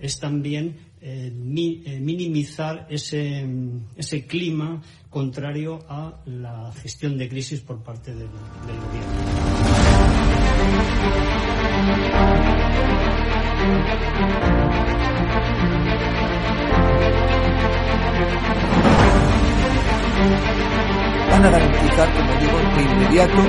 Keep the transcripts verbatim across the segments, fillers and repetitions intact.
es también eh, mi, eh, minimizar ese, ese clima contrario a la gestión de crisis por parte del, del gobierno. Van a garantizar, como digo, de inmediato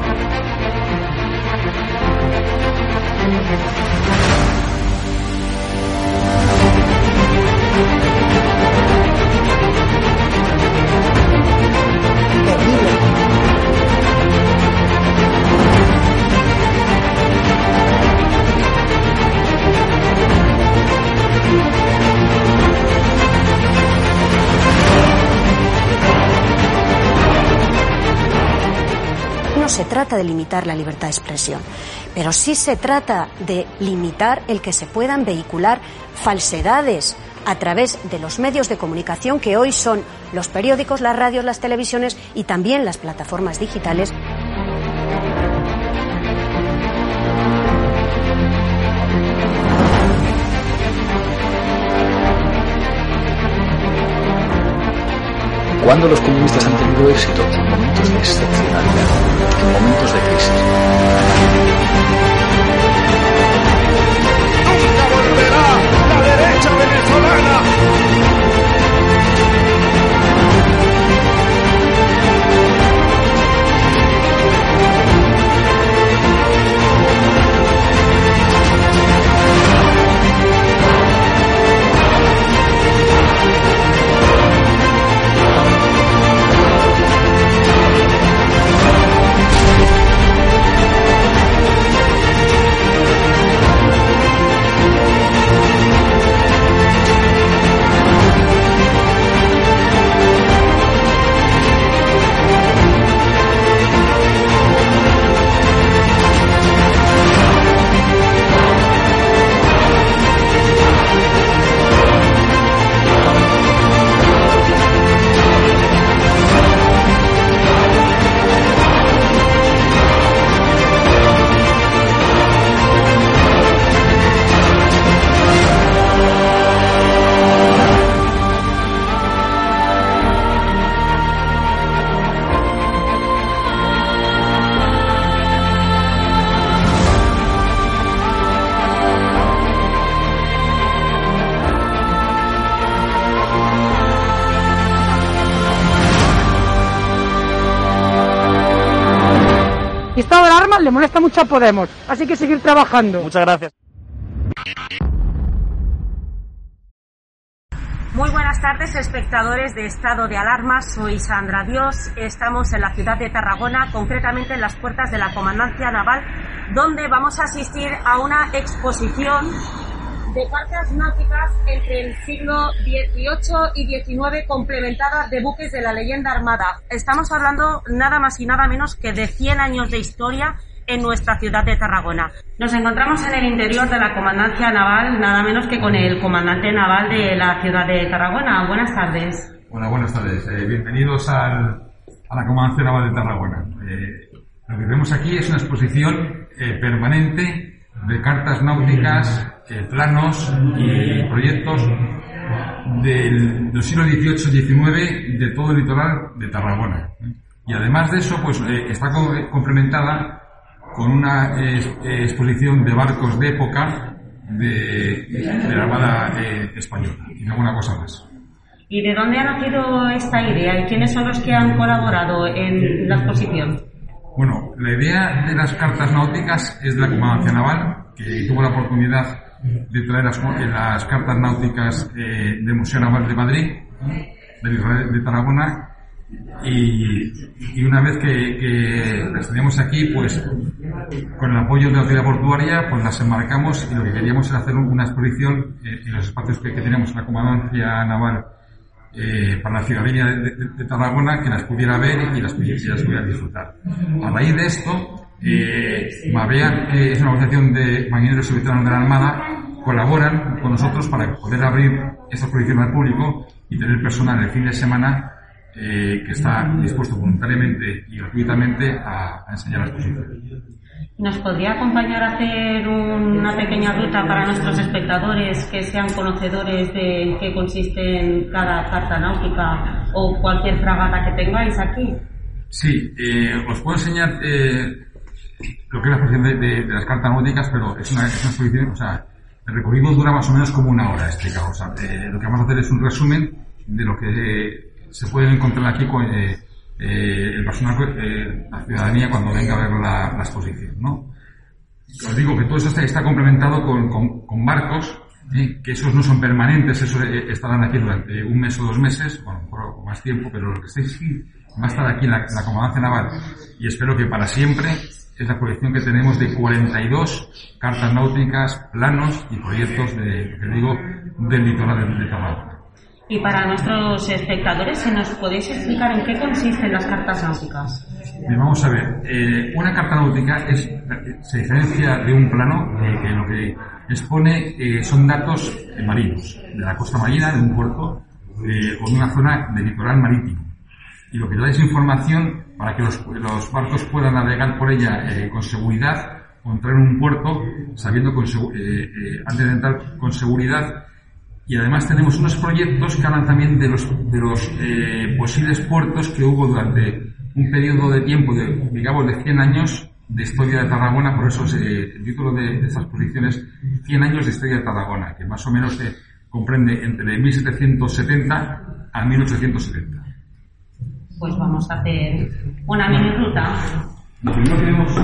No se trata de limitar la libertad de expresión, pero sí se trata de limitar el que se puedan vehicular falsedades a través de los medios de comunicación que hoy son los periódicos, las radios, las televisiones y también las plataformas digitales. ¿Cuándo los comunistas han tenido éxito? En momentos de excepcionalidad, en momentos de crisis. ¡Nunca volverá la derecha venezolana! Y estado de alarma le molesta mucho a Podemos, así que seguir trabajando. Muchas gracias. Muy buenas tardes, espectadores de Estado de Alarma. Soy Sandra Dios. Estamos en la ciudad de Tarragona, concretamente en las puertas de la Comandancia Naval, donde vamos a asistir a una exposición de cartas náuticas entre el siglo dieciocho y diecinueve, complementada de buques de la leyenda armada. Estamos hablando nada más y nada menos que de cien años de historia en nuestra ciudad de Tarragona. Nos encontramos en el interior de la Comandancia Naval, nada menos que con el comandante naval de la ciudad de Tarragona. Buenas tardes. Hola, buenas tardes. Eh, bienvenidos al, a la Comandancia Naval de Tarragona. Eh, lo que vemos aquí es una exposición eh, permanente de cartas náuticas, eh, planos y proyectos del, del siglo dieciocho diecinueve de todo el litoral de Tarragona. Y además de eso, pues eh, está co complementada con una eh, exposición de barcos de época de, de la Armada eh, española y alguna cosa más. ¿Y de dónde ha nacido esta idea y quiénes son los que han colaborado en la exposición? Bueno, la idea de las cartas náuticas es de la Comandancia Naval, que tuvo la oportunidad de traer las, las cartas náuticas eh, del Museo Naval de Madrid, de, de Tarragona, y, y una vez que, que las teníamos aquí, pues con el apoyo de la autoridad portuaria, pues las enmarcamos, y lo que queríamos era hacer una exposición eh, en los espacios que, que teníamos en la Comandancia Naval eh, para la ciudadanía de, de, de Tarragona, que las pudiera ver y las, y las pudiera disfrutar. A raíz de esto, eh, Mavea, que es una organización de marineros y veteranos de la Armada, colaboran con nosotros para poder abrir esta exposición al público y tener personal el fin de semana eh, que está dispuesto voluntariamente y gratuitamente a, a enseñar la exposición. ¿Nos podría acompañar a hacer una pequeña ruta para nuestros espectadores que sean conocedores de en qué consiste cada carta náutica o cualquier fragata que tengáis aquí? Sí, eh, os puedo enseñar eh, lo que es la exposición de, de, de las cartas náuticas, pero es una, es una exposición, o sea, el recorrido dura más o menos como una hora explicado. O sea, eh, lo que vamos a hacer es un resumen de lo que eh, se puede encontrar aquí con eh, eh, el personal, eh, la ciudadanía cuando venga a ver la, la exposición, ¿no? Os digo que todo esto está, está complementado con, con, con barcos, ¿eh? Que esos no son permanentes, esos eh, estarán aquí durante un mes o dos meses, bueno, por más tiempo, pero lo que estáis aquí va a estar aquí en la, en la Comandancia Naval y espero que para siempre. Es la colección que tenemos de cuarenta y dos cartas náuticas, planos y proyectos de, que digo, del litoral de, de Tarragona. Y para nuestros espectadores, si nos podéis explicar en qué consisten las cartas náuticas. Bien, vamos a ver, eh, una carta náutica es, se diferencia de un plano eh, que lo que expone eh, son datos eh, marinos, de la costa marina, de un puerto eh, o de una zona de litoral marítimo. Y lo que da es información para que los, los barcos puedan navegar por ella eh, con seguridad o entrar en un puerto sabiendo con, eh, eh, antes de entrar con seguridad. Y además tenemos unos proyectos que hablan también de los, de los eh, posibles puertos que hubo durante un periodo de tiempo de, digamos, de cien años de historia de Tarragona. Por eso es, eh, el título de, de estas exposiciones, cien años de historia de Tarragona, que más o menos se comprende entre mil setecientos setenta a mil ochocientos setenta. Pues vamos a hacer una mini ruta. Lo primero que vemos,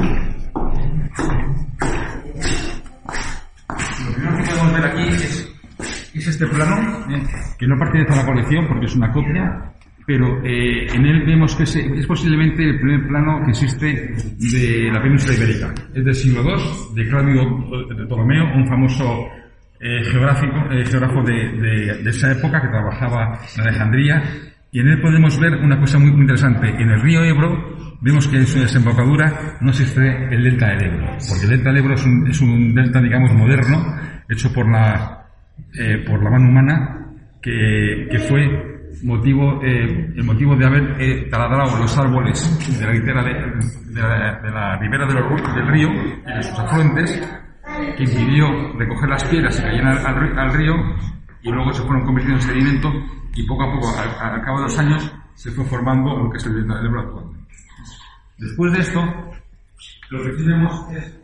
lo primero que podemos ver aquí es, es este plano, eh, que no pertenece a la colección porque es una copia, pero eh, en él vemos que es, es posiblemente el primer plano que existe de la península ibérica. Es del siglo segundo, de Claudio de Ptolomeo, un famoso eh, geográfico, eh, geógrafo de, de, de esa época que trabajaba en Alejandría. Y en él podemos ver una cosa muy, muy interesante. En el río Ebro vemos que en su desembocadura no existe el delta del Ebro, porque el delta del Ebro es un, es un delta, digamos, moderno, hecho por la, eh, por la mano humana, que, que fue motivo, eh, el motivo de haber eh, taladrado los árboles de la litera de, de, la, de la ribera de los, del río y de sus afluentes, que impidió recoger las piedras que caían al, al, al río, y luego se fueron convirtiendo en sedimento, y poco a poco, al, al cabo de los años, se fue formando lo que es el delta del Ebro actual. Después de esto, lo que tenemos es...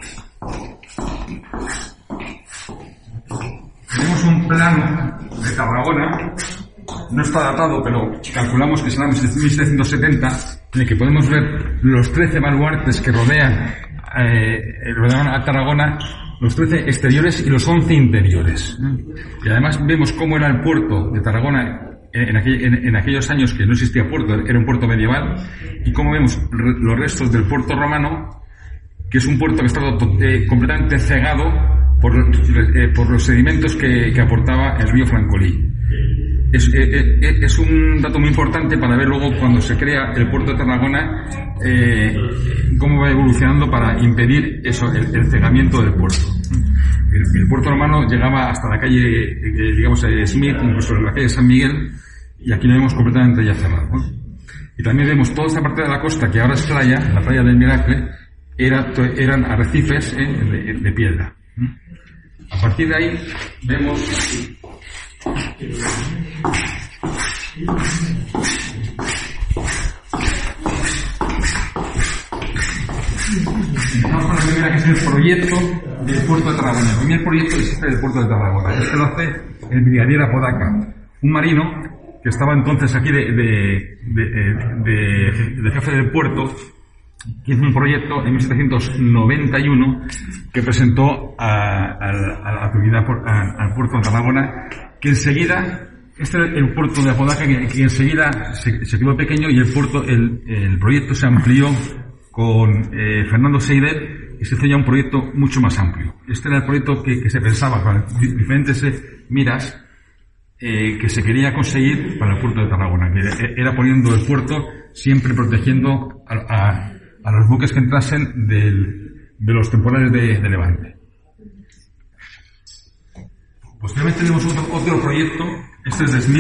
Tenemos un plano de Tarragona, no está datado, pero calculamos que será mil setecientos setenta, en el que podemos ver los trece baluartes que rodean, eh, rodean a Tarragona, los trece exteriores y los once interiores. Y además vemos cómo era el puerto de Tarragona en, aquel, en, en aquellos años que no existía puerto, era un puerto medieval, y cómo vemos re, los restos del puerto romano, que es un puerto que estaba eh, completamente cegado por, eh, por los sedimentos que, que aportaba el río Francolí. Es, eh, eh, es un dato muy importante para ver luego cuando se crea el puerto de Tarragona eh, cómo va evolucionando para impedir eso, el, el cegamiento del puerto. El, el puerto romano llegaba hasta la calle, eh, digamos, eh, Smith, incluso en la calle San Miguel, y aquí lo vemos completamente ya cerrado, ¿no? Y también vemos toda esta parte de la costa que ahora es playa, la playa del Miracle, era, eran arrecifes eh, de, de piedra. A partir de ahí vemos Vamos con la primera, que es el proyecto del puerto de Tarragona. El primer proyecto es este del puerto de Tarragona. Este lo hace el brigadier Apodaca, un marino que estaba entonces aquí de, de, de, de, de jefe del puerto, que hizo un proyecto en mil setecientos noventa y uno que presentó a, a, a la autoridad a, al puerto de Tarragona, que enseguida, este es el puerto de Apodaca, que, que enseguida se, se quedó pequeño, y el puerto, el, el proyecto se amplió con eh, Fernando Seider, y se hizo ya un proyecto mucho más amplio. Este era el proyecto que, que se pensaba con diferentes eh, miras eh, que se quería conseguir para el puerto de Tarragona, que era poniendo el puerto siempre protegiendo a, a, a los buques que entrasen del, de los temporales de, de Levante. Posteriormente tenemos otro, otro proyecto, este es de Smith,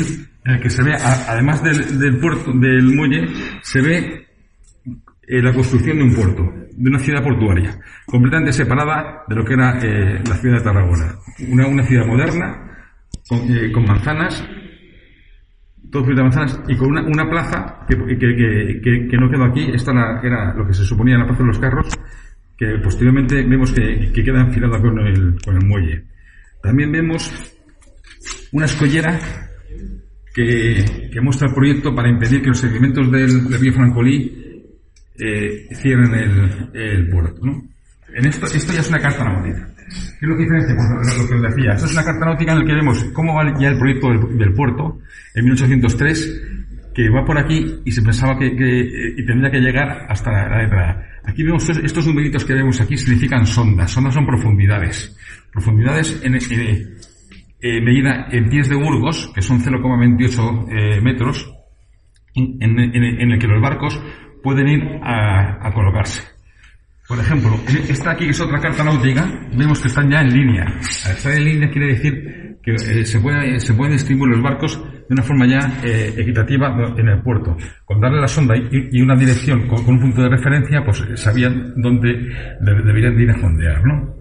en el que se ve, a, además del, del puerto, del muelle, se ve eh, la construcción de un puerto, de una ciudad portuaria, completamente separada de lo que era eh, la ciudad de Tarragona. Una, una ciudad moderna, con, eh, con manzanas, todo de manzanas, y con una, una plaza que, que, que, que, que no quedó aquí. Esta era, era lo que se suponía la plaza de los carros, que posteriormente vemos que, que queda enfilada con el, con el muelle. También vemos una escollera que, que muestra el proyecto para impedir que los sedimentos del, del río Francolí eh, cierren el, el puerto, ¿no? En esto, esto ya es una carta náutica. ¿Qué es lo que diferencia? Pues lo que os decía. Esto es una carta náutica en la que vemos cómo va ya el proyecto del, del puerto en mil ochocientos tres, que va por aquí y se pensaba que, que y tendría que llegar hasta la, la letra A. Aquí vemos estos, estos numeritos que vemos aquí significan sondas. Sondas son profundidades. Profundidades en, en, en medida en pies de Burgos, que son cero coma veintiocho eh, metros, en, en, en, en el que los barcos pueden ir a, a colocarse. Por ejemplo, esta aquí, que es otra carta náutica, vemos que están ya en línea. Al estar en línea quiere decir que eh, se, puede, se pueden distribuir los barcos de una forma ya eh, equitativa en el puerto. Con darle la sonda y, y una dirección con, con un punto de referencia, pues sabían dónde de, deberían ir a fondear, ¿no?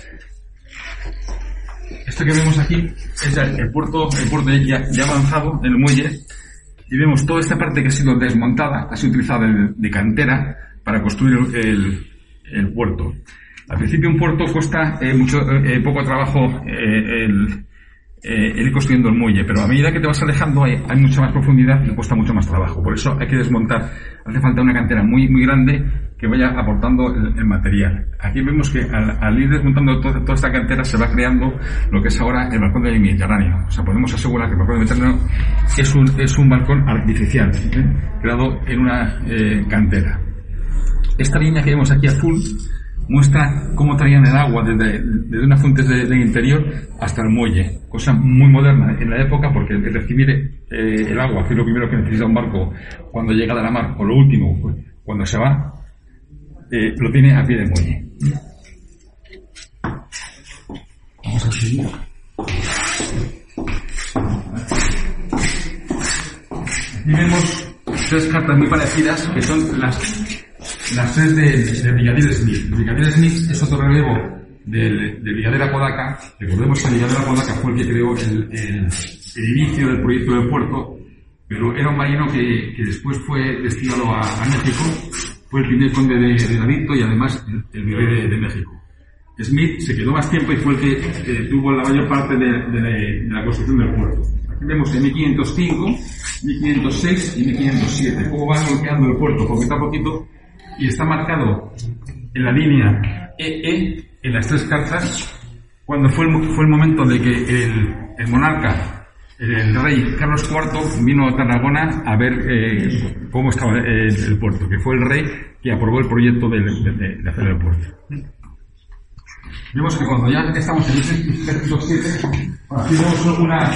Esto que vemos aquí es ya el puerto, el puerto ya, ya avanzado en el muelle, y vemos toda esta parte que ha sido desmontada, ha sido utilizada de, de cantera para construir el, el puerto. Al principio un puerto cuesta eh, mucho eh, poco trabajo eh, el, eh, el ir construyendo el muelle, pero a medida que te vas alejando hay, hay mucha más profundidad y cuesta mucho más trabajo. Por eso hay que desmontar. Hace falta una cantera muy muy grande que vaya aportando el, el material. Aquí vemos que al, al ir desmontando todo, toda esta cantera se va creando lo que es ahora el balcón del Mediterráneo. O sea, podemos asegurar que el balcón del Mediterráneo es un, es un balcón artificial, ¿eh? creado en una eh, cantera. Esta línea que vemos aquí azul muestra cómo traían el agua desde, desde unas fuentes del de interior hasta el muelle. Cosa muy moderna en la época, porque el recibir eh, el agua, que es lo primero que necesita un barco cuando llega de la mar, o lo último, pues, cuando se va, eh, lo tiene a pie de muelle. Vamos a seguir. Aquí vemos tres cartas muy parecidas, que son las las tres de, de Brigadier Smith. Brigadier Smith es otro relevo del, del Brigadier Apodaca. Recordemos que el Brigadier Apodaca fue el que creó el, el, el inicio del proyecto del puerto, pero era un marino que, que después fue destinado a, a México, fue el primer conde de, de Granito y además el, el virrey de, de México. Smith se quedó más tiempo y fue el que eh, tuvo la mayor parte de, de, de, de la construcción del puerto. Aquí vemos en mil quinientos cinco, mil quinientos seis y mil quinientos siete cómo va golpeando el puerto poquito a poquito, y está marcado en la línea E E en las tres cartas cuando fue el, fue el momento de que el, el monarca, el rey Carlos cuarto, vino a Tarragona a ver eh, cómo estaba el, el puerto, que fue el rey que aprobó el proyecto de, de, de, de hacer el puerto. Vemos que cuando ya estamos en mil setecientos siete, aquí vemos una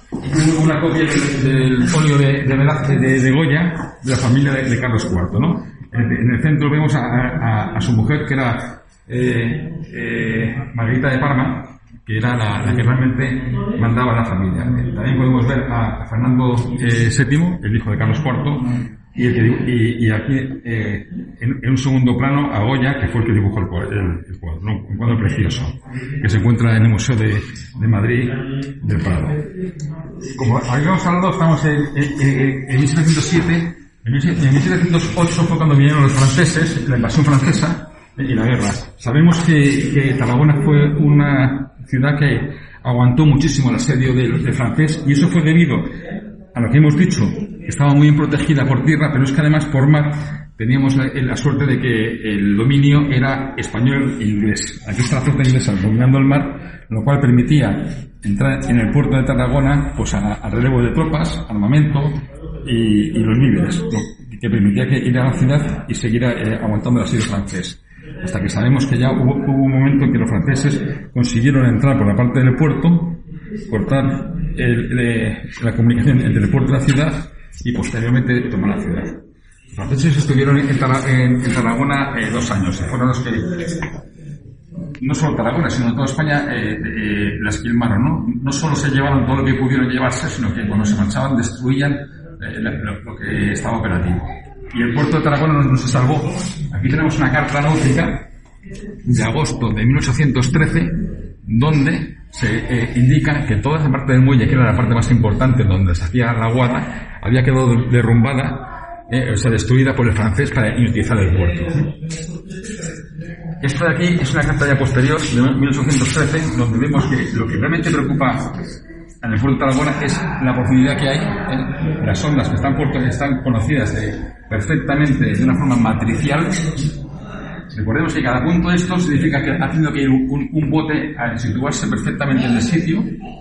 una copia del, del folio de, de, de, de, de Goya de la familia de, de Carlos cuarto, ¿no? En el centro vemos a, a, a su mujer, que era eh, eh, Margarita de Parma, que era la, la que realmente mandaba a la familia. También podemos ver a Fernando eh, séptimo, el hijo de Carlos cuarto, y, el que, y, y aquí eh, en, en un segundo plano a Goya, que fue el que dibujó el cuadro, el, el cuadro, ¿no? Un cuadro precioso, que se encuentra en el Museo de, de Madrid del Prado. Como habíamos hablado, estamos en, en, en mil setecientos siete. En mil setecientos ocho fue cuando vinieron los franceses, la invasión francesa y la guerra. Sabemos que, que Tarragona fue una ciudad que aguantó muchísimo el asedio del, del francés, y eso fue debido a lo que hemos dicho, que estaba muy bien protegida por tierra, pero es que además por mar teníamos la, la suerte de que el dominio era español e inglés. Aquí está la flota inglesa dominando el mar, lo cual permitía entrar en el puerto de Tarragona pues a, a relevo de tropas, armamento y, y los víveres, lo que permitía que ir a la ciudad y seguir eh, aguantando el asedio francés. Hasta que sabemos que ya hubo, hubo un momento en que los franceses consiguieron entrar por la parte del puerto, cortar el, el, la comunicación entre el puerto y la ciudad y posteriormente tomar la ciudad. Los franceses estuvieron en, Tar en, en Tarragona eh, dos años, fueron los que no solo Tarragona, sino toda España, eh, eh, las quilmaron, ¿no? No solo se llevaron todo lo que pudieron llevarse, sino que cuando se marchaban destruían eh, lo, lo que estaba operativo. Y el puerto de Tarragona no, no se salvó. Aquí tenemos una carta náutica de agosto de mil ochocientos trece, donde se eh, indica que toda esa parte del muelle, que era la parte más importante donde se hacía la guada, había quedado derrumbada, eh, o sea, destruida por el francés para inutilizar el puerto. Esto de aquí es una carta ya posterior, de mil ochocientos trece, donde vemos que lo que realmente preocupa en el puerto de Tarragona es la profundidad que hay. ¿eh? Las ondas que están, puerto, están conocidas eh, perfectamente de una forma matricial. Recordemos que cada punto de esto significa que ha tenido que ir un, un bote a situarse perfectamente en el sitio,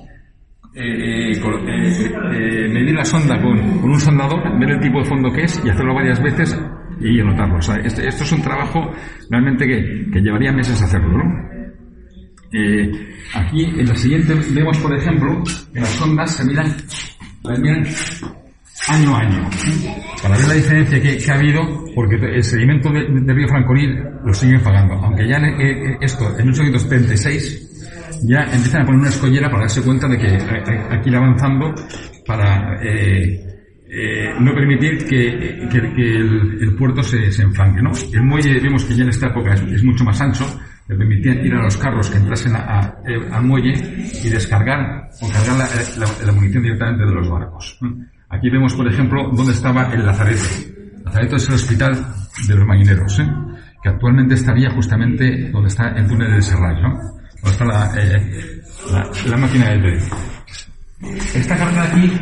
eh, eh, eh, medir la sonda con, con un sondador, ver el tipo de fondo que es y hacerlo varias veces y anotarlo. O sea, este, esto es un trabajo realmente que, que llevaría meses hacerlo, ¿no? Eh, aquí en la siguiente vemos, por ejemplo, que las sondas se miran, las miran año a año, para ver la diferencia que, que ha habido, porque el sedimento de, de río Francolí lo siguen pagando, aunque ya eh, esto en mil ochocientos treinta y seis ya empiezan a poner una escollera para darse cuenta de que hay que ir avanzando para eh, eh, no permitir que, que, que el, el puerto se, se enfangue, ¿no? El muelle vemos que ya en esta época es, es mucho más ancho, le permitían ir a los carros que entrasen a, a, al muelle y descargar o cargar la, la, la munición directamente de los barcos. Aquí vemos, por ejemplo, dónde estaba el Lazareto. El Lazareto es el hospital de los marineros, ¿eh? Que actualmente estaría justamente donde está el túnel del Serrallo, ¿no? Donde está la, eh, la, la máquina de tren. Esta carta de aquí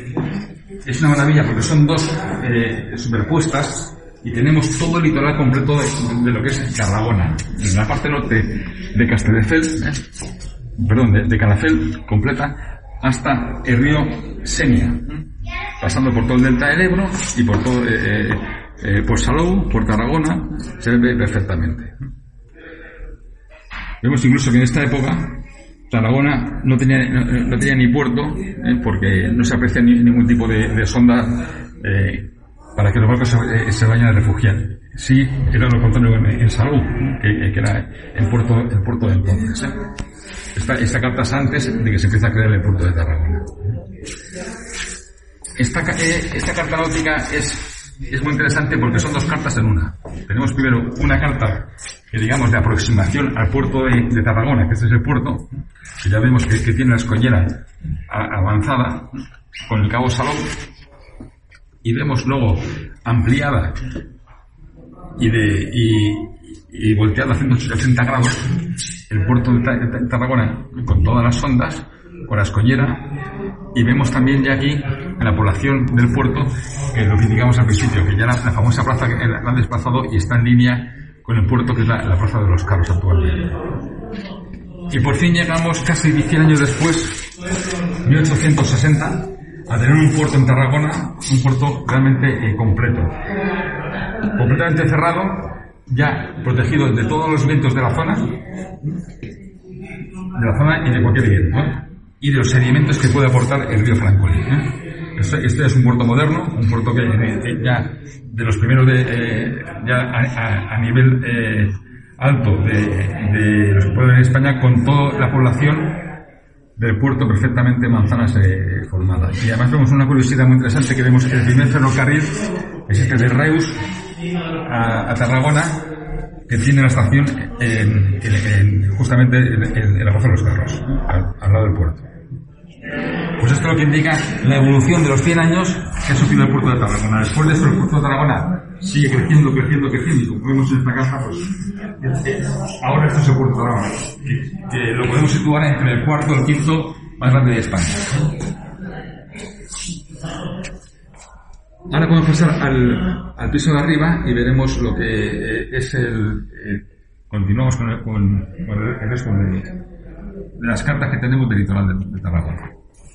es una maravilla porque son dos eh, superpuestas y tenemos todo el litoral completo de, de lo que es Tarragona. En la parte norte de Castelldefels, ¿eh? perdón, de, de Calafell completa, hasta el río Senia, pasando por todo el delta del Ebro y por todo, eh, eh, por Salou, por Tarragona, se ve perfectamente. Vemos incluso que en esta época Tarragona no tenía, no, no tenía ni puerto, eh, porque no se aprecia ni, ningún tipo de, de sonda eh, para que los barcos se, eh, se vayan a refugiar. Sí, era lo contrario en, en Salou, que, que era el puerto, el puerto de entonces. ¿eh? Esta, esta carta es antes de que se empiece a crear el puerto de Tarragona. Esta, eh, esta carta náutica es, es muy interesante porque son dos cartas en una. Tenemos primero una carta que digamos de aproximación al puerto de, de Tarragona, que este es el puerto, que ya vemos que, que tiene la escollera a, avanzada con el cabo Salou, y vemos luego ampliada y de y, y volteada a ciento ochenta grados el puerto de Tarragona con todas las sondas, con la escollera, y vemos también ya aquí en la población del puerto, que lo que indicamos al principio, que ya la, la famosa plaza que la han desplazado y está en línea con el puerto, que es la, la plaza de los carros actualmente. Y por fin llegamos casi cien años después, mil ochocientos sesenta, a tener un puerto en Tarragona, un puerto realmente eh, completo, completamente cerrado, ya protegido de todos los vientos de la zona, de la zona y de cualquier viento, ¿eh? Y de los sedimentos que puede aportar el río Francolí. ¿eh? Este, este es un puerto moderno, un puerto que eh, ya de los primeros de eh, ya a, a, a nivel eh, alto de, de los pueblos en España, con toda la población del puerto perfectamente manzanas eh, formadas. Y además vemos una curiosidad muy interesante, que vemos el primer ferrocarril, es este de Reus a, a Tarragona, que tiene la estación en, en, en, justamente en, en la plaza de los carros, al, al lado del puerto. Pues esto es lo que indica la evolución de los cien años que ha sufrido el puerto de Tarragona. Después de esto, el puerto de Tarragona sigue creciendo, creciendo, creciendo, y como vemos en esta casa, pues ahora esto es el puerto de Tarragona, que, que lo podemos situar entre el cuarto y el quinto más grande de España. Ahora podemos pasar al, al piso de arriba y veremos lo que eh, es el... Eh, continuamos con el, con, con el resto de, de las cartas que tenemos del litoral de, de Tarragona.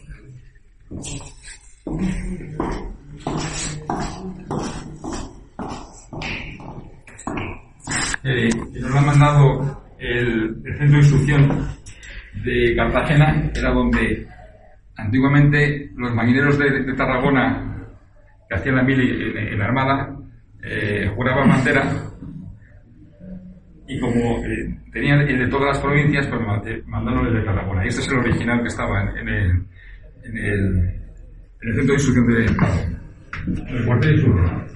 Eh, nos han mandado el, el centro de instrucción de Cartagena, era donde antiguamente los marineros de, de Tarragona que hacían la mili en, en la armada, eh, juraban bandera y como eh, tenían el de todas las provincias, pues mandaron el de Tarragona. Y este es el original que estaba en, en, el, en, el, en el centro de instrucción de Tarragona, en el cuartel de sur.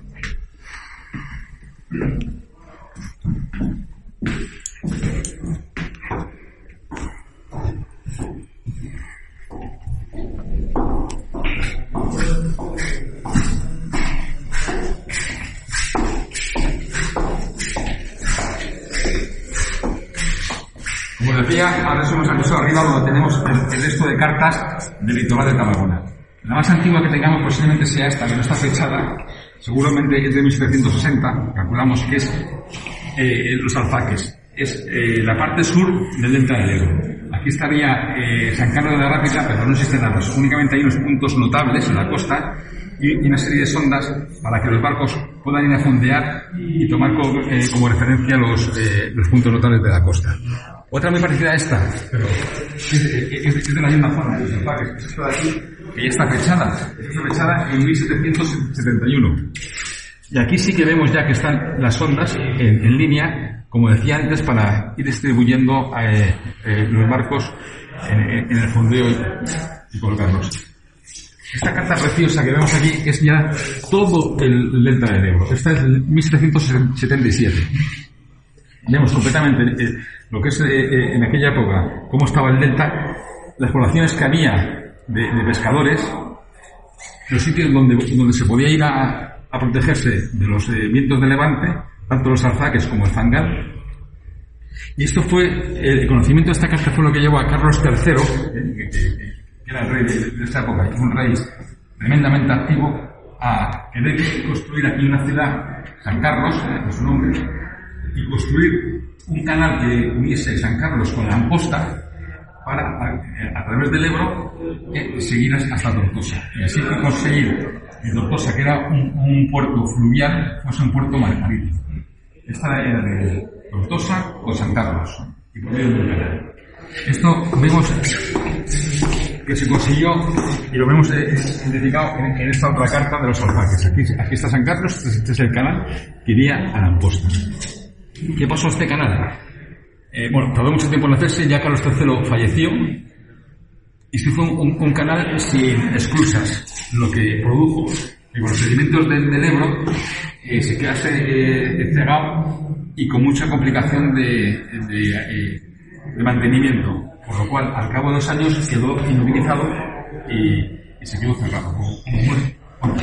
Como decía, ahora somos al piso de arriba donde tenemos el, el resto de cartas del litoral de Tarragona. La más antigua que tengamos posiblemente sea esta, que no está fechada, seguramente es de mil setecientos sesenta, calculamos que es eh, los Alfaques. Es eh, la parte sur del delta del Ebro. Aquí estaría eh, San Carlos de la Rápida, pero no existe nada. Únicamente hay unos puntos notables en la costa y, y una serie de sondas para que los barcos puedan ir a fondear y tomar como, eh, como referencia los, eh, los puntos notables de la costa. Otra muy parecida a esta, pero es, es, es de la misma zona, los Alfaques, es esta de aquí, que ya está fechada. Está fechada en mil setecientos setenta y uno. Y aquí sí que vemos ya que están las sondas en, en línea, como decía antes, para ir distribuyendo eh, eh, los barcos en, en el fondeo y, y colocarlos. Esta carta preciosa que vemos aquí es ya todo el delta del Ebro. Esta es de mil setecientos setenta y siete. Vemos completamente eh, lo que es eh, eh, en aquella época, cómo estaba el delta, las poblaciones que había de, de pescadores, los sitios donde, donde se podía ir a, a protegerse de los eh, vientos de levante, tanto los Alfaques como el Fangal. Y esto fue, el conocimiento de esta carta fue lo que llevó a Carlos tercero, eh, que, que, que era el rey de, de esta época, que fue un rey tremendamente activo, a querer construir aquí una ciudad, San Carlos, eh, es su nombre, y construir un canal que uniese San Carlos con la Amposta para, a, a través del Ebro, eh, seguir hasta Tortosa. Y así fue conseguir en Tortosa, que era un, un puerto fluvial, fuese un puerto marítimo. Esta era de Tortosa con San Carlos, y por medio del canal. Esto vemos que se consiguió, y lo vemos identificado en, en esta otra carta de los Alfaques. Aquí, aquí está San Carlos, este es el canal que iría a la Amposta. ¿Qué pasó a este canal? Eh, bueno, tardó mucho tiempo en hacerse, ya Carlos tercero falleció, y se hizo un, un canal sin esclusas, lo que produjo que con los sedimentos del, del Ebro eh, se quedase eh, cegado y con mucha complicación de, de, eh, de mantenimiento, por lo cual al cabo de dos años quedó inutilizado y, y se quedó cerrado como, como muere. Bueno,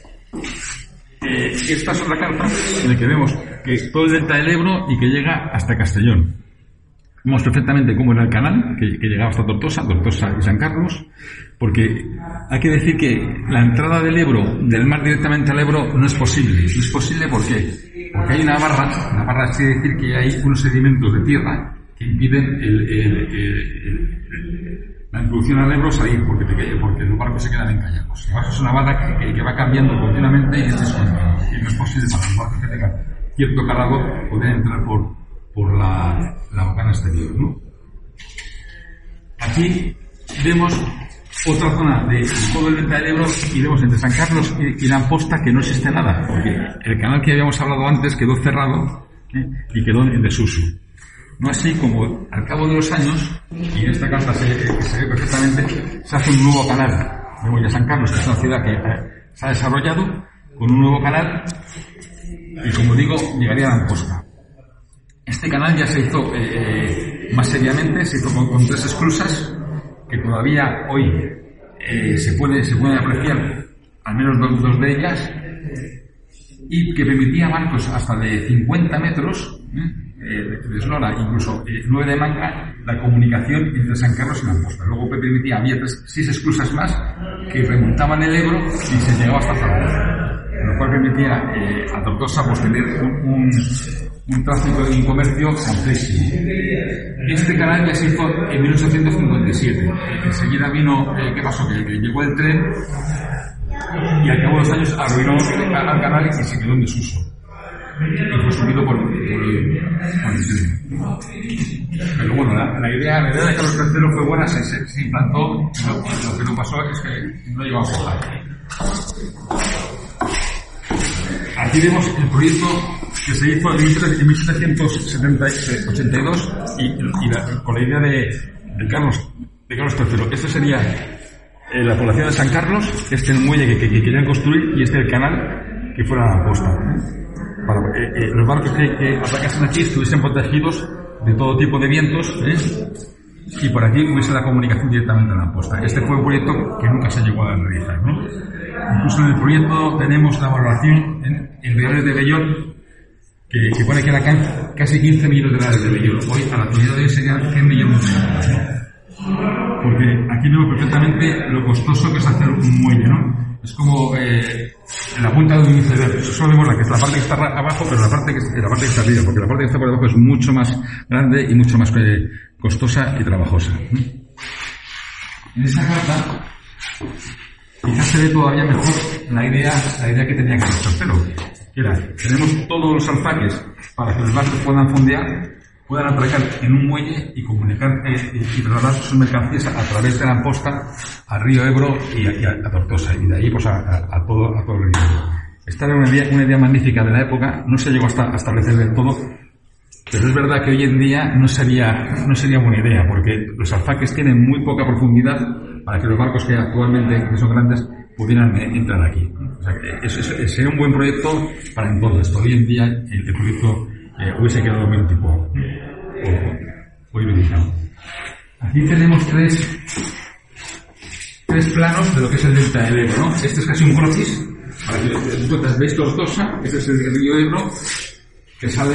eh, esta es otra carta en la que vemos que todo el delta del Ebro y que llega hasta Castellón. Vemos perfectamente cómo era el canal, que, que llegaba hasta Tortosa, Tortosa y San Carlos, porque hay que decir que la entrada del Ebro, del mar directamente al Ebro, no es posible. No es posible ¿por qué? Porque hay una barra, la barra quiere decir que hay unos sedimentos de tierra que impiden el, el, el, el, el, la introducción al Ebro salir, porque, porque los barcos se quedan encallados. Además es una barra que, que va cambiando continuamente y es descontrolada. Y no es posible para los barcos que tengan cierto calado poder entrar por, por la, la bocana exterior, ¿no? Aquí vemos otra zona de todo el delta del Ebro y vemos entre San Carlos y, y la Amposta que no existe nada, porque el canal que habíamos hablado antes quedó cerrado, ¿eh? Y quedó en desuso. No así como al cabo de los años, y en esta carta se, se ve perfectamente, se hace un nuevo canal. Vemos ya San Carlos, que es una ciudad que eh, se ha desarrollado con un nuevo canal y, como digo, llegaría a la Amposta. Este canal ya se hizo eh, más seriamente, se hizo con, con tres esclusas que todavía hoy eh, se puede se pueden apreciar, al menos dos, dos de ellas, y que permitía barcos hasta de cincuenta metros eh, de eslora, incluso eh, nueve de manga, la comunicación entre San Carlos y la Amposta. Luego permitía, había tres, seis esclusas más que remontaban el Ebro y se llegaba hasta Zaragoza, lo cual permitía eh, a Tortosa pues tener un, un un tráfico y un comercio amplísimo. Este canal ya se hizo en mil ochocientos cincuenta y siete. Enseguida vino, eh, ¿qué pasó? Que, que llegó el tren y al cabo de los años arruinó al canal y se quedó en desuso. Y fue subido por, por, por el tren. Pero bueno, la, la, idea, la idea de Carlos tercero fue buena, se, se, se implantó, y lo, lo que no pasó es que no llegó a pasar. Aquí vemos el proyecto que se hizo en mil setecientos ochenta y dos y, y la, con la idea de, de Carlos de Carlos tercero. Esto sería eh, la población de San Carlos, este el muelle que, que, que querían construir y este el canal que fuera la costa. Para eh, eh, los barcos que, que atacasen aquí estuviesen protegidos de todo tipo de vientos, ¿eh? Y por aquí hubiese la comunicación directamente en la costa. Este fue un proyecto que nunca se llegó a realizar, ¿no? Incluso en el proyecto tenemos la valoración en, en reales de vellón que, que pone que era casi quince millones de reales de vellón. Hoy, a la actualidad de hoy, serían cien millones de reales, ¿no? Porque aquí vemos perfectamente lo costoso que es hacer un muelle, ¿no? Es como eh, la punta de un iceberg. Solo vemos la, que es la parte que está abajo, pero la parte que, la parte que está arriba, porque la parte que está por debajo es mucho más grande y mucho más eh, costosa y trabajosa. En esa carta quizás se ve todavía mejor la idea, la idea que tenía Carlos tercero, que era, tenemos todos los alfaques para que los barcos puedan fondear, puedan atracar en un muelle y comunicar eh, y, y trasladar sus mercancías a, a través de la Amposta al río Ebro y a, y a, a Tortosa, y de ahí pues a, a, a todo a todo el río. Esta era una idea, una idea magnífica de la época, no se llegó hasta a establecer del todo, pero es verdad que hoy en día no sería no sería buena idea, porque los alfaques tienen muy poca profundidad para que los barcos que actualmente que son grandes pudieran eh, entrar aquí. O sea, que eso, eso sería un buen proyecto para en todo esto. Hoy en día el, el proyecto Eh, hubiese quedado muy tipo o utilizado. Aquí tenemos tres tres planos de lo que es el delta del Ebro, ¿no? Este es casi un croquis para que vosotros veis Tortosa. Este es el río Ebro que sale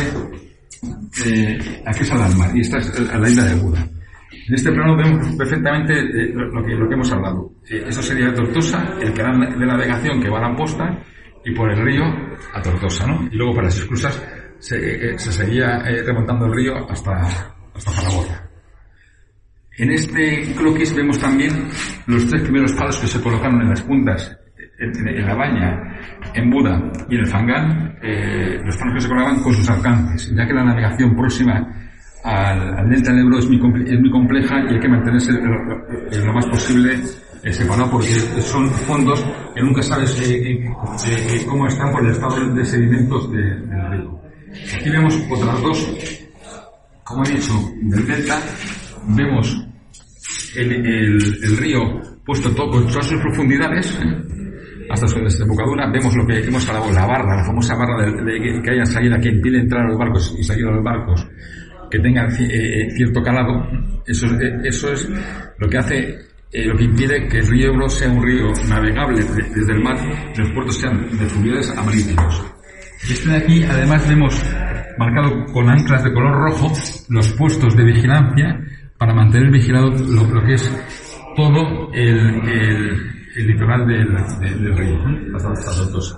eh, aquí sale al mar y esta es la isla de Buda. En este plano vemos perfectamente eh, lo que lo que hemos hablado. Eh, eso sería Tortosa, el canal de navegación que va a la Amposta y por el río a Tortosa, ¿no? Y luego para las esclusas Se, eh, se seguía eh, remontando el río hasta, hasta Zaragoza. En este croquis vemos también los tres primeros palos que se colocaron en las puntas, en, en la Baña, en Buda y en el Fangal, eh, los palos que se colocaban con sus alcances, ya que la navegación próxima al, al delta del Ebro es muy, es muy compleja y hay que mantenerse lo, lo más posible eh, separado, porque son fondos que nunca sabes eh, eh, eh, cómo están por el estado de sedimentos de, del río. Aquí vemos otras dos, como he dicho, del delta. Vemos el, el, el río puesto todo con todas sus profundidades, ¿eh? Hasta su desembocadura. Vemos lo que hemos hablado, la barra, la famosa barra de, de, de que haya salida que impide entrar a los barcos y salir a los barcos, que tengan eh, cierto calado. Eso, eh, eso es lo que hace, eh, lo que impide que el río Ebro sea un río navegable de, desde el mar y los puertos sean de fluviales a marítimos. Este de aquí, además, vemos marcado con anclas de color rojo los puestos de vigilancia para mantener vigilado lo, lo que es todo el, el, el litoral del, del, del río, ¿no? Hasta, hasta Tortosa.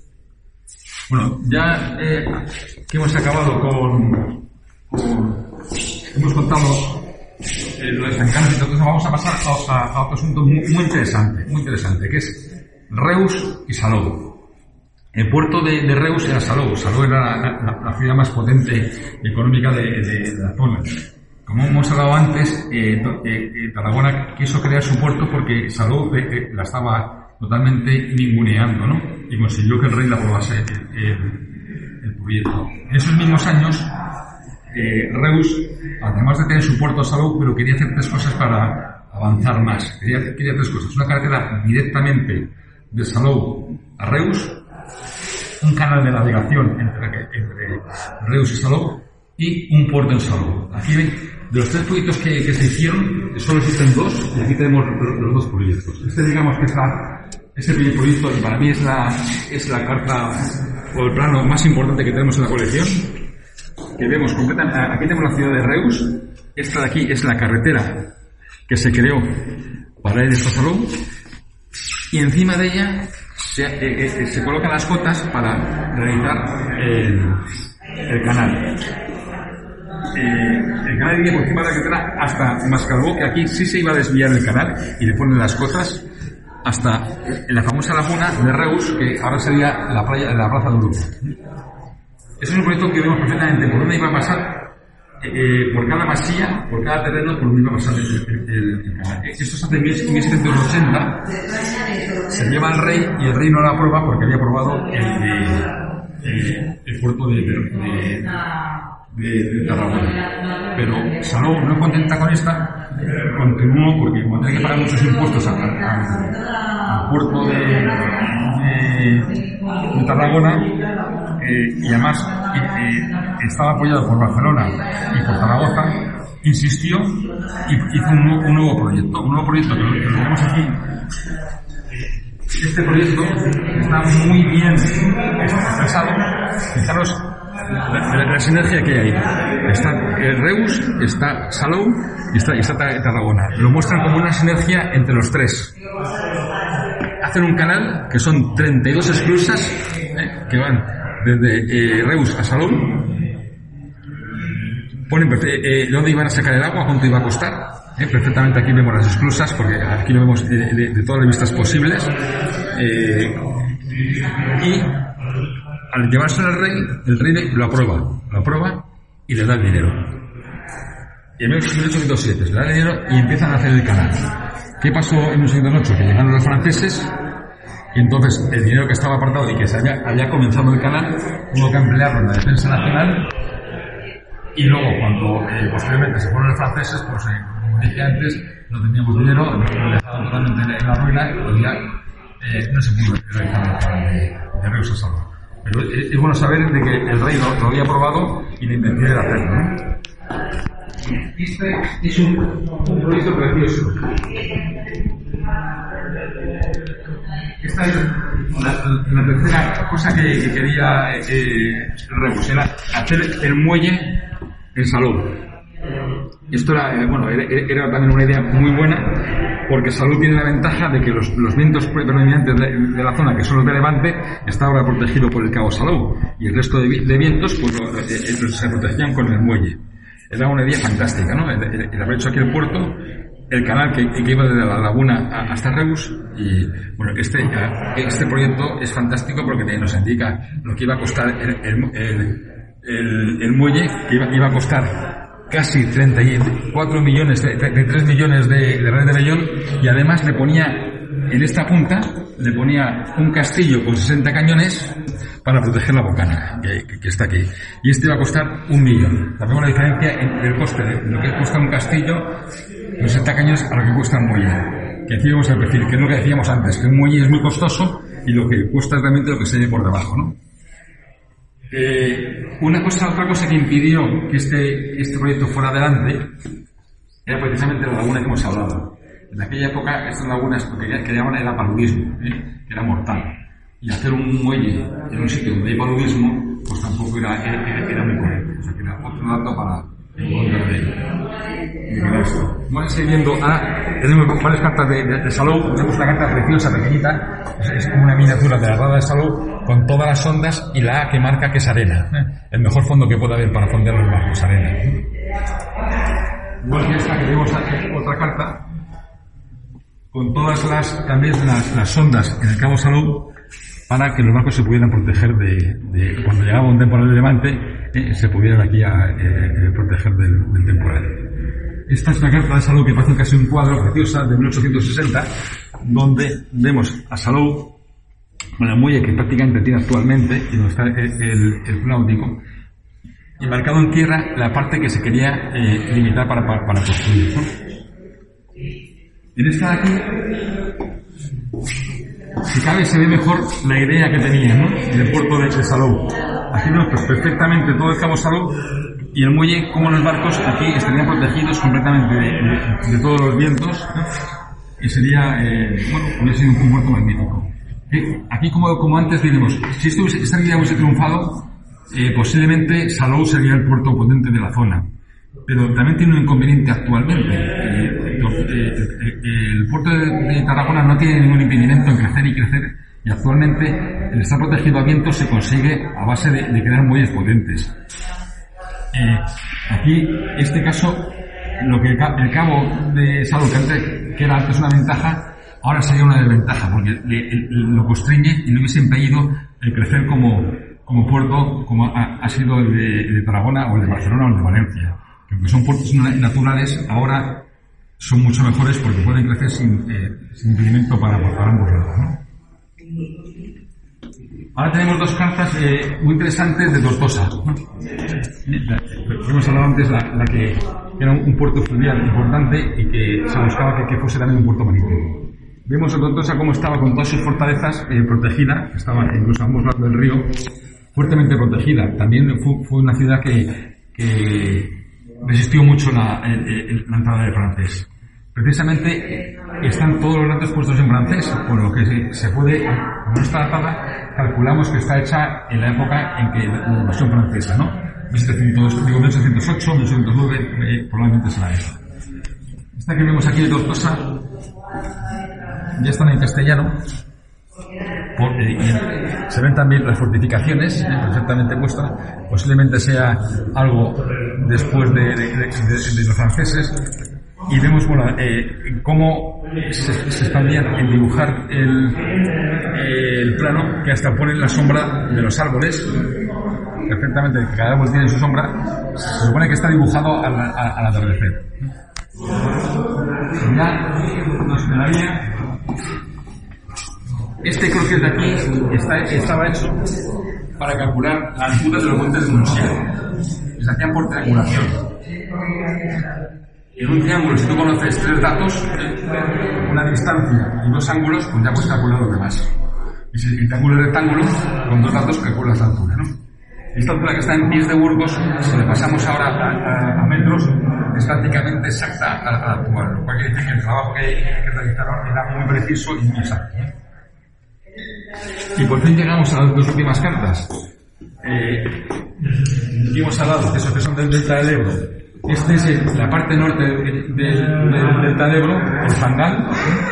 Bueno, ya eh, que hemos acabado con, con hemos contado eh, lo de San Carlos, entonces vamos a pasar a, a, a otro asunto muy, muy interesante, muy interesante, que es Reus y Salou. El puerto de, de Reus era Salou. Salou era la, la, la ciudad más potente económica de, de, de la zona. Como hemos hablado antes, eh, eh, Tarragona quiso crear su puerto porque Salou eh, eh, la estaba totalmente ninguneando, ¿no? Y consiguió que el rey la aprobase el, el, el proyecto. En esos mismos años, eh, Reus, además de tener su puerto a Salou, pero quería hacer tres cosas para avanzar más. Quería, quería tres cosas. Una carretera directamente de Salou a Reus, un canal de navegación entre, entre Reus y Salou y un puerto en Salou. Aquí ven, de los tres proyectos que, que se hicieron, solo existen dos y aquí tenemos los, los dos proyectos. Este digamos que es, la, es el primer proyecto y para mí es la, es la carta o el plano más importante que tenemos en la colección, que vemos completamente. Aquí tenemos la ciudad de Reus, esta de aquí es la carretera que se creó para ir hasta Salou y encima de ella Se, eh, eh, se colocan las cotas para realizar el, el canal. Eh, el canal iría por encima de la carretera hasta Mascarbó, que aquí sí se iba a desviar el canal y le ponen las cotas hasta la famosa laguna de Reus, que ahora sería la playa, la plaza de Europa. Ese es un proyecto que vemos perfectamente por dónde iba a pasar, eh, por cada masía, por cada terreno, por donde iba a pasar el, el, el, el canal. Esto se hace en mil setecientos ochenta, se lleva al rey y el rey no la aprueba porque había aprobado el de, eh, el puerto de, de, de, de, de Tarragona. Pero Salou, no contenta con esta, continuó porque como tenía que pagar muchos impuestos al, al puerto de, de, de Tarragona, eh, y además eh, estaba apoyado por Barcelona y por Zaragoza, insistió y hizo un, un nuevo proyecto, un nuevo proyecto que lo, que lo tenemos aquí. Este proyecto está muy bien expresado. Fijaros la, la, la sinergia que hay. Está el Reus, está Salou y está, y está Tarragona. Lo muestran como una sinergia entre los tres. Hacen un canal que son treinta y dos esclusas eh, que van desde eh, Reus a Salou. Ponen eh, dónde iban a sacar el agua, cuánto iba a costar. Eh, perfectamente aquí vemos las esclusas, porque aquí lo vemos de, de, de todas las vistas posibles. Eh, y al llevarse al rey, el rey lo aprueba, lo aprueba y le da el dinero. Y en mil ochocientos siete le da el dinero y empiezan a hacer el canal. ¿Qué pasó en mil ochocientos ocho? Que llegaron los franceses y entonces el dinero que estaba apartado y que se había, había comenzado el canal, hubo que emplearlo en la defensa nacional. Y luego, cuando eh, posteriormente se fueron los franceses, pues eh, como dije antes, no teníamos dinero, nos dejaron totalmente en la ruina y ya eh, no se pudo realizar el canal de, de Reus a Salou. Pero es, es bueno saber de que el rey lo, lo había aprobado y la intención era hacerlo, ¿no? Este es un, un proyecto precioso. Esta es la, la tercera cosa que, que quería eh, Reus, era hacer el muelle en Salou. Esto era, eh, bueno, era, era también una idea muy buena, porque Salou tiene la ventaja de que los, los vientos predominantes de, de la zona, que son los de Levante, está ahora protegido por el Cabo Salou, y el resto de, de vientos pues eh, se protegían con el muelle. Era una idea fantástica, ¿no? El, el, el haber hecho aquí el puerto, el canal que, que iba desde la laguna hasta Reus, y bueno, este, este proyecto es fantástico porque nos indica lo que iba a costar el, el, el, el, el muelle, que iba, iba a costar casi treinta y cuatro millones, treinta y tres millones de, de redes de vellón, y además le ponía en esta punta, le ponía un castillo con sesenta cañones para proteger la bocana que, que, que está aquí. Y este va a costar un millón. Sabemos la diferencia entre el coste de lo que cuesta un castillo con sesenta cañones a lo que cuesta un muelle. Que aquí vamos a decir, que es lo que decíamos antes, que un muelle es muy costoso y lo que cuesta es realmente lo que se ve por debajo, ¿no? Eh, una cosa, otra cosa que impidió que este, este proyecto fuera adelante era precisamente la laguna que hemos hablado. En aquella época estas lagunas lo que, que llamaban era paludismo, ¿eh? Que era mortal. Y hacer un muelle en un sitio donde hay paludismo, pues tampoco era, era, era muy correcto. O sea, que era otro dato para el contra de, de esto. Bueno, siguiendo, ahora tenemos varias cartas de, de, de Salou. Tenemos una carta preciosa, pequeñita, es como una miniatura de la rada de Salou, con todas las ondas y la A que marca que es arena. ¿eh? El mejor fondo que puede haber para fondear los barcos, arena. ¿eh? Igual que esta, que tenemos aquí, otra carta, con todas las, también las, las ondas en el Cabo Salou, para que los barcos se pudieran proteger de, de cuando llegaba un temporal de levante, eh, se pudieran aquí a eh, proteger del, del temporal. Esta es una carta de Salou que parece casi un cuadro preciosa de mil ochocientos sesenta, donde vemos a Salou con el muelle que prácticamente tiene actualmente y donde está el, el, el náutico, y marcado en tierra la parte que se quería eh, limitar para, para, para construir, ¿no? En esta de aquí, si cabe, se ve mejor la idea que tenía, ¿no? En el puerto de Salou. Aquí vemos pues, perfectamente todo el Cabo Salou y el muelle, como los barcos aquí estarían protegidos completamente de, de, de todos los vientos, ¿no? Y sería, eh, bueno, hubiera sido un puerto magnífico. Eh, aquí, como, como antes diremos, si esto, esta idea hubiese triunfado, eh, posiblemente Salou sería el puerto potente de la zona. Pero también tiene un inconveniente actualmente. Eh, eh, eh, el puerto de, de Tarragona no tiene ningún impedimento en crecer y crecer, y actualmente el estar protegido a viento se consigue a base de, de crear muelles potentes. Eh, aquí, este caso, lo que el, el cabo de Salou, que, antes, que era antes una ventaja, ahora sería una desventaja, porque le, le, lo constriñe y le hubiese impedido el crecer como, como puerto, como ha, ha sido el de, el de Tarragona o el de Barcelona o el de Valencia. Que aunque son puertos naturales, ahora son mucho mejores porque pueden crecer sin, eh, sin impedimento para, para ambos lados, ¿no? Ahora tenemos dos cartas eh, muy interesantes de Tortosa, ¿no? Hemos hablado antes la, la que era un puerto fluvial importante y que se buscaba que, que fuese también un puerto marítimo. Vemos a Tortosa cómo estaba con todas sus fortalezas eh, protegida, estaba incluso a ambos lados del río, fuertemente protegida. También fue, fue una ciudad que, que resistió mucho la, el, el, la entrada del francés. Precisamente están todos los datos puestos en francés, por lo que se, se puede, como no está datada, calculamos que está hecha en la época en que la invasión francesa, ¿no? mil setecientos, digo, mil setecientos ocho, mil setecientos nueve, eh, probablemente será esa. Esta que vemos aquí de Tortosa ya están en castellano. Por, eh, se ven también las fortificaciones, eh, perfectamente puestas. Posiblemente sea algo después de, de, de, de, de los franceses. Y vemos, bueno, eh, cómo se, se expandían en dibujar el, el plano, que hasta ponen la sombra de los árboles, perfectamente, que cada árbol tiene su sombra. Se supone que está dibujado al, al, al atardecer. Ya nos esperaría. Este croquis de aquí está, estaba hecho para calcular la altura de los montes de Montsià. Se hacían por triangulación. En un triángulo, si tú conoces tres datos, una distancia y dos ángulos, pues ya puedes calcular los demás. Y si el triángulo es rectángulo, con dos datos calculas la altura, ¿no? Esta altura que está en pies de Burgos, si le pasamos ahora a, a, a metros, es prácticamente exacta a la actual. Lo cual quiere decir que el trabajo que, que realizaron era muy preciso y muy exacto, ¿eh? Y por fin llegamos a las dos últimas cartas. Eh, hemos hablado de esos que son del delta del Ebro. Esta es el, la parte norte del, del, del delta del Ebro, el Fangal,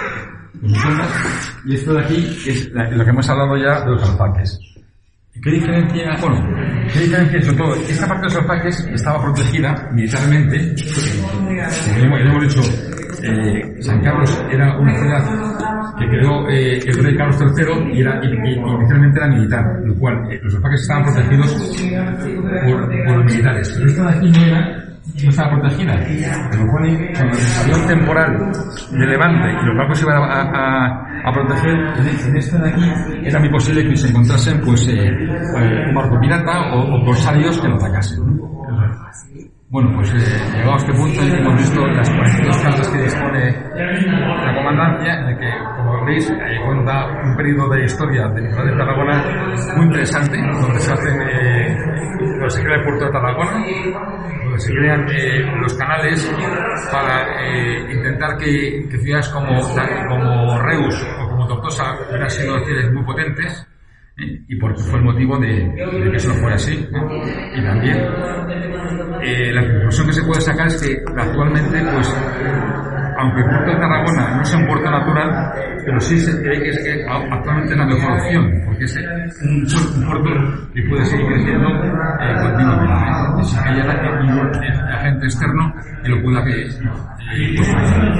y esto de aquí es la, lo que hemos hablado ya de los alfaques. ¿Qué diferencia? Bueno, ¿qué diferencia? Sobre todo, esta parte de los alfaques estaba protegida militarmente. Como ya hemos dicho, eh, San Carlos era una ciudad que creó eh, el rey Carlos tercero y, era, y, y inicialmente era militar, lo cual eh, los alfaques estaban protegidos por, por los militares. Pero esta de aquí no era. No estaba protegida, lo cual cuando había un temporal de levante y los barcos iban a, a, a proteger, en esta de aquí era muy posible que se encontrasen pues eh, un barco pirata o, o corsarios que lo atacasen. Bueno, pues eh, llegado a este punto hemos visto las cuarenta y dos cartas que dispone la comandancia, en el que, como veis, eh, cuenta un periodo de historia de la ciudad de Tarragona muy interesante, donde se hacen, eh, donde se crea el puerto de Tarragona, donde se crean eh, los canales para eh, intentar que, que ciudades como, como Reus o como Tortosa hubieran sido ciudades muy potentes. Y porque fue el motivo de, de que eso fuera así, ¿no? Y también eh, la conclusión que se puede sacar es que actualmente, pues, aunque el puerto de Tarragona no sea un puerto natural, pero sí se cree que es que actualmente es la mejor opción, porque es un, un puerto que puede seguir creciendo eh, continuamente, sin que haya ningún agente externo que lo pueda que eh, pues,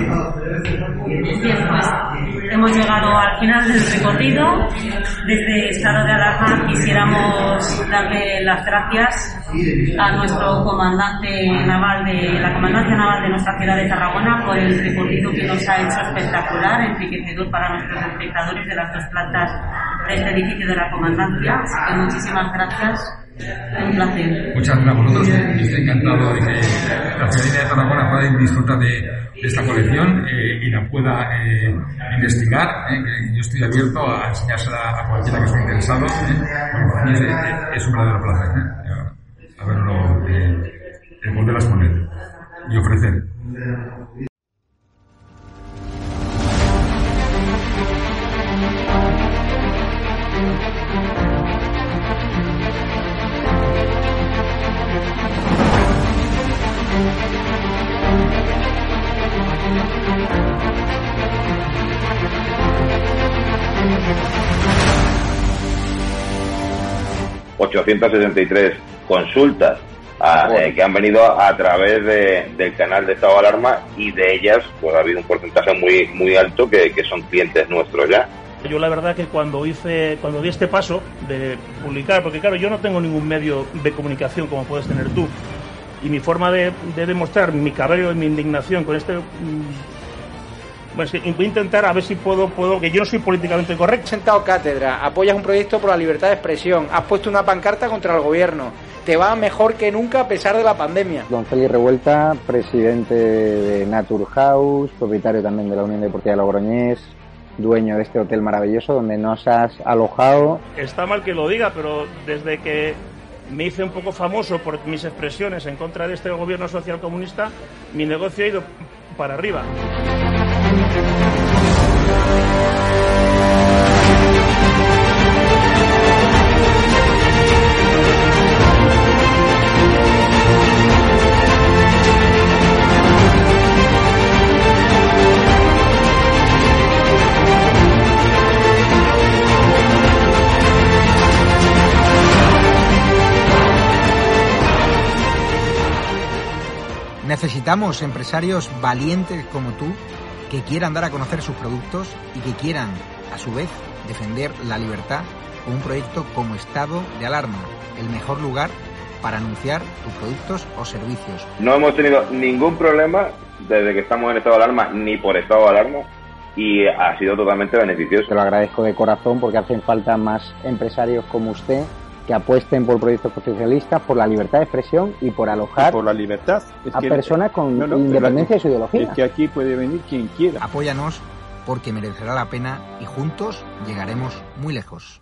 bien, pues hemos llegado al final del recorrido. Desde Estado de Alarma quisiéramos darle las gracias a nuestro comandante naval de la Comandancia Naval de nuestra ciudad de Tarragona por el recorrido que nos ha hecho espectacular, enriquecedor para nuestros espectadores de las dos plantas de este edificio de la Comandancia. Así que muchísimas gracias. Un placer. Muchas gracias a vosotros. Estoy encantado de que la ciudadanía de Tarragona pueda disfrutar de, de esta colección eh, y la pueda eh, investigar. Eh, que yo estoy abierto a enseñársela a cualquiera que esté interesado. Eh, para mí es, es un verdadero placer eh, haberlo, eh, eh, volver a exponer y ofrecer. ochocientas sesenta y tres consultas a, bueno. eh, que han venido a, a través de, del canal de Estado de Alarma, y de ellas pues ha habido un porcentaje muy muy alto que, que son clientes nuestros ya. Yo la verdad que cuando hice cuando di este paso de publicar, porque claro, yo no tengo ningún medio de comunicación como puedes tener tú, y mi forma de, de demostrar mi cabreo y mi indignación con este Bueno, es que voy a intentar a ver si puedo, puedo que yo no soy políticamente correcto. Has sentado cátedra, apoyas un proyecto por la libertad de expresión, has puesto una pancarta contra el gobierno, te va mejor que nunca a pesar de la pandemia. Don Félix Revuelta, presidente de Naturhaus, propietario también de la Unión Deportiva de Logroñés, dueño de este hotel maravilloso donde nos has alojado. Está mal que lo diga, pero desde que me hice un poco famoso por mis expresiones en contra de este gobierno socialcomunista, mi negocio ha ido para arriba. Necesitamos empresarios valientes como tú que quieran dar a conocer sus productos y que quieran, a su vez, defender la libertad con un proyecto como Estado de Alarma, el mejor lugar para anunciar tus productos o servicios. No hemos tenido ningún problema desde que estamos en estado de alarma, ni por estado de alarma, y ha sido totalmente beneficioso. Te lo agradezco de corazón porque hacen falta más empresarios como usted que apuesten por proyectos socialistas, por la libertad de expresión y por alojar y por la libertad. Es a que, personas con no, no, independencia de su ideología. Es que aquí puede venir quien quiera. Apóyanos porque merecerá la pena y juntos llegaremos muy lejos.